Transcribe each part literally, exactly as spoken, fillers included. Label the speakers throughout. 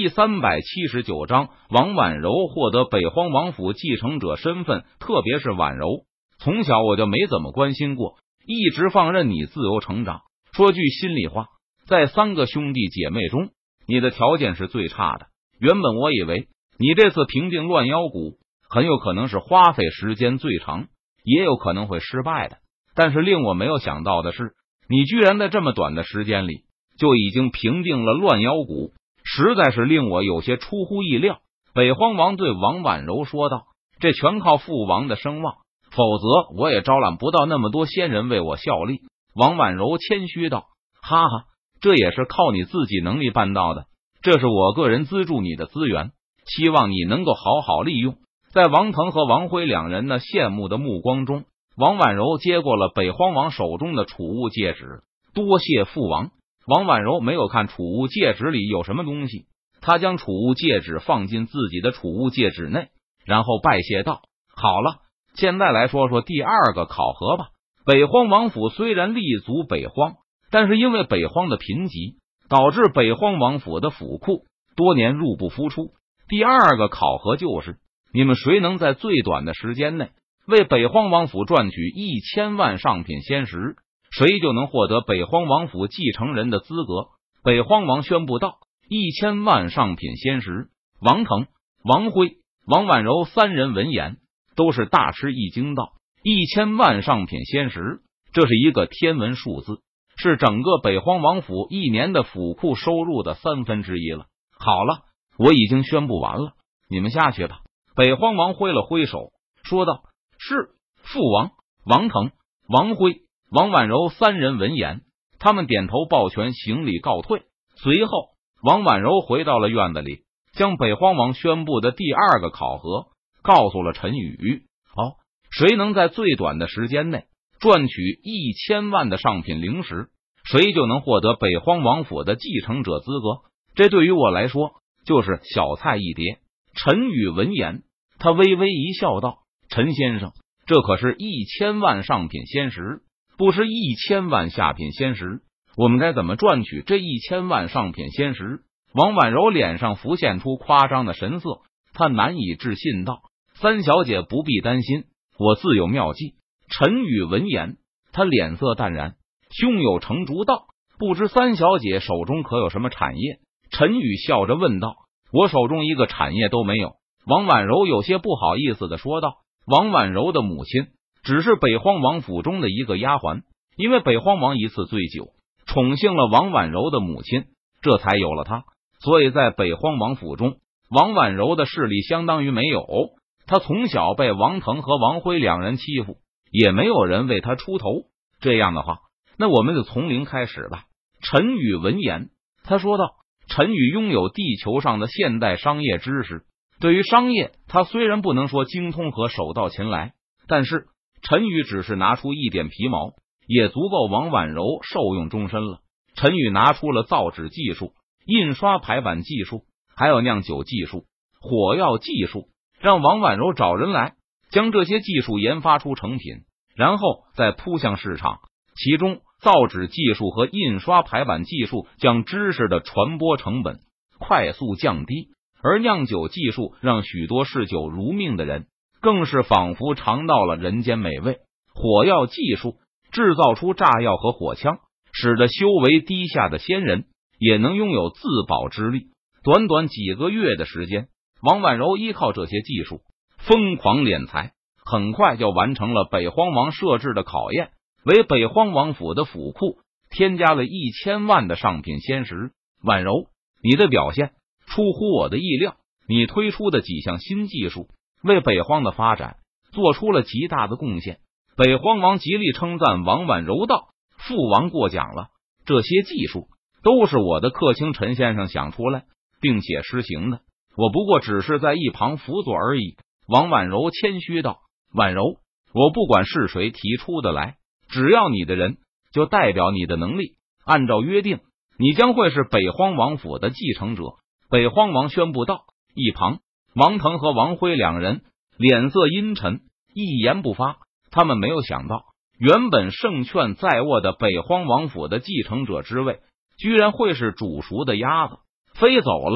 Speaker 1: 第三百七十九章，王婉柔获得北荒王府继承者身份。特别是婉柔，从小我就没怎么关心过，一直放任你自由成长。说句心里话，在三个兄弟姐妹中，你的条件是最差的。原本我以为你这次平定乱妖谷很有可能是花费时间最长，也有可能会失败的，但是令我没有想到的是，你居然在这么短的时间里就已经平定了乱妖谷，实在是令我有些出乎意料。北荒王对王婉柔说道：“这全靠父王的声望，否则我也招揽不到那么多仙人为我效力。”王婉柔谦虚道：“哈哈，这也是靠你自己能力办到的，这是我个人资助你的资源，希望你能够好好利用。”在王腾和王辉两人那羡慕的目光中，王婉柔接过了北荒王手中的储物戒指。多谢父王。王婉柔没有看储物戒指里有什么东西，他将储物戒指放进自己的储物戒指内，然后拜谢道：“好了，现在来说说第二个考核吧。北荒王府虽然立足北荒，但是因为北荒的贫瘠，导致北荒王府的府库多年入不敷出。第二个考核就是你们谁能在最短的时间内为北荒王府赚取一千万上品仙石，谁就能获得北荒王府继承人的资格。”北荒王宣布道：“一千万上品仙石。”王腾、王辉、王婉柔三人闻言都是大吃一惊道：“一千万上品仙石，这是一个天文数字，是整个北荒王府一年的府库收入的三分之一了。好了，我已经宣布完了，你们下去吧。”北荒王挥了挥手说道：“是父王。”王腾、王辉、王婉柔三人闻言，他们点头抱拳行礼告退。随后王婉柔回到了院子里，将北荒王宣布的第二个考核告诉了陈宇。哦，谁能在最短的时间内赚取一千万的上品灵石，谁就能获得北荒王府的继承者资格。这对于我来说就是小菜一碟。陈宇闻言，他微微一笑道：“陈先生，这可是一千万上品仙石，不是一千万下品仙石，我们该怎么赚取这一千万上品仙石？”王婉柔脸上浮现出夸张的神色，她难以置信道：“三小姐不必担心，我自有妙计。”陈宇闻言，他脸色淡然，胸有成竹道：“不知三小姐手中可有什么产业？”陈宇笑着问道：“我手中一个产业都没有。”王婉柔有些不好意思的说道。王婉柔的母亲只是北荒王府中的一个丫鬟，因为北荒王一次醉酒宠幸了王婉柔的母亲，这才有了她。所以在北荒王府中，王婉柔的势力相当于没有。她从小被王腾和王辉两人欺负，也没有人为她出头。这样的话，那我们就从零开始吧。陈宇闻言，他说道：“陈宇拥有地球上的现代商业知识，对于商业，他虽然不能说精通和手到擒来，但是陈宇只是拿出一点皮毛，也足够王婉柔受用终身了。”陈宇拿出了造纸技术、印刷排版技术，还有酿酒技术、火药技术，让王婉柔找人来将这些技术研发出成品，然后再扑向市场。其中造纸技术和印刷排版技术将知识的传播成本快速降低，而酿酒技术让许多嗜酒如命的人更是仿佛尝到了人间美味。火药技术制造出炸药和火枪，使得修为低下的仙人也能拥有自保之力。短短几个月的时间，王婉柔依靠这些技术疯狂敛财，很快就完成了北荒王设置的考验，为北荒王府的府库添加了一千万的上品仙石。婉柔，你的表现出乎我的意料，你推出的几项新技术为北荒的发展做出了极大的贡献。北荒王极力称赞王婉柔道：“父王过奖了，这些技术都是我的客卿陈先生想出来并且施行的，我不过只是在一旁辅佐而已。”王婉柔谦虚道：“婉柔，我不管是谁提出的来，只要你的人，就代表你的能力。按照约定，你将会是北荒王府的继承者。”北荒王宣布道。一旁王腾和王辉两人脸色阴沉，一言不发。他们没有想到，原本胜券在握的北荒王府的继承者之位，居然会是煮熟的鸭子飞走了。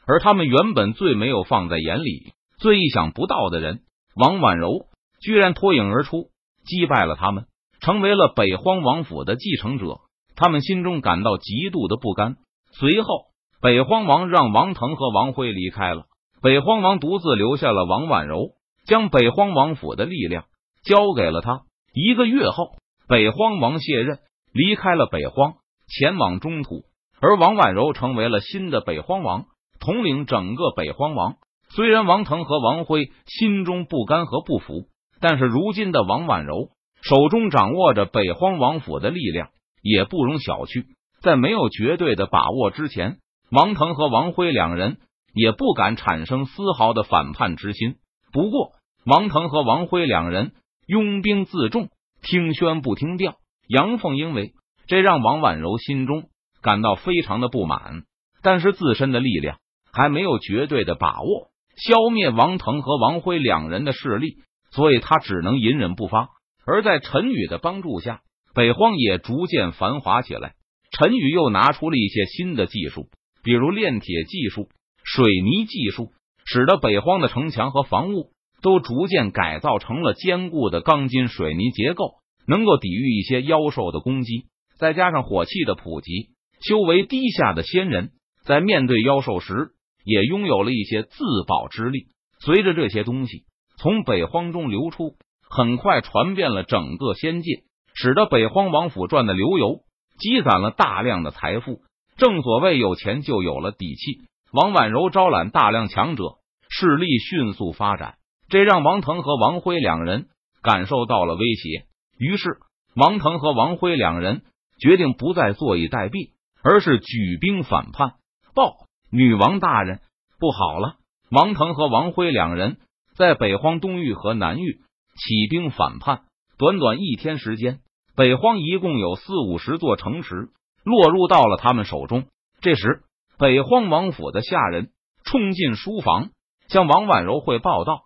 Speaker 1: 而他们原本最没有放在眼里、最意想不到的人王婉柔，居然脱颖而出，击败了他们，成为了北荒王府的继承者。他们心中感到极度的不甘。随后，北荒王让王腾和王辉离开了，北荒王独自留下了王婉柔，将北荒王府的力量交给了他。一个月后，北荒王卸任，离开了北荒，前往中土，而王婉柔成为了新的北荒王，统领整个北荒王。虽然王腾和王辉心中不甘和不服，但是如今的王婉柔手中掌握着北荒王府的力量，也不容小觑。在没有绝对的把握之前，王腾和王辉两人也不敢产生丝毫的反叛之心。不过，王腾和王辉两人拥兵自重，听宣不听调，阳奉阴违，这让王婉柔心中感到非常的不满。但是自身的力量还没有绝对的把握消灭王腾和王辉两人的势力，所以他只能隐忍不发。而在陈宇的帮助下，北荒也逐渐繁华起来。陈宇又拿出了一些新的技术，比如炼铁技术、水泥技术，使得北荒的城墙和房屋都逐渐改造成了坚固的钢筋水泥结构，能够抵御一些妖兽的攻击。再加上火器的普及，修为低下的仙人在面对妖兽时也拥有了一些自保之力。随着这些东西从北荒中流出，很快传遍了整个仙界，使得北荒王府赚的流油，积攒了大量的财富。正所谓有钱就有了底气，王婉柔招揽大量强者，势力迅速发展，这让王腾和王辉两人感受到了威胁。于是王腾和王辉两人决定不再坐以待毙，而是举兵反叛。报，女王大人，不好了！王腾和王辉两人在北荒东域和南域起兵反叛，短短一天时间，北荒一共有四五十座城池落入到了他们手中。这时，北荒王府的下人冲进书房，向王婉柔汇报道：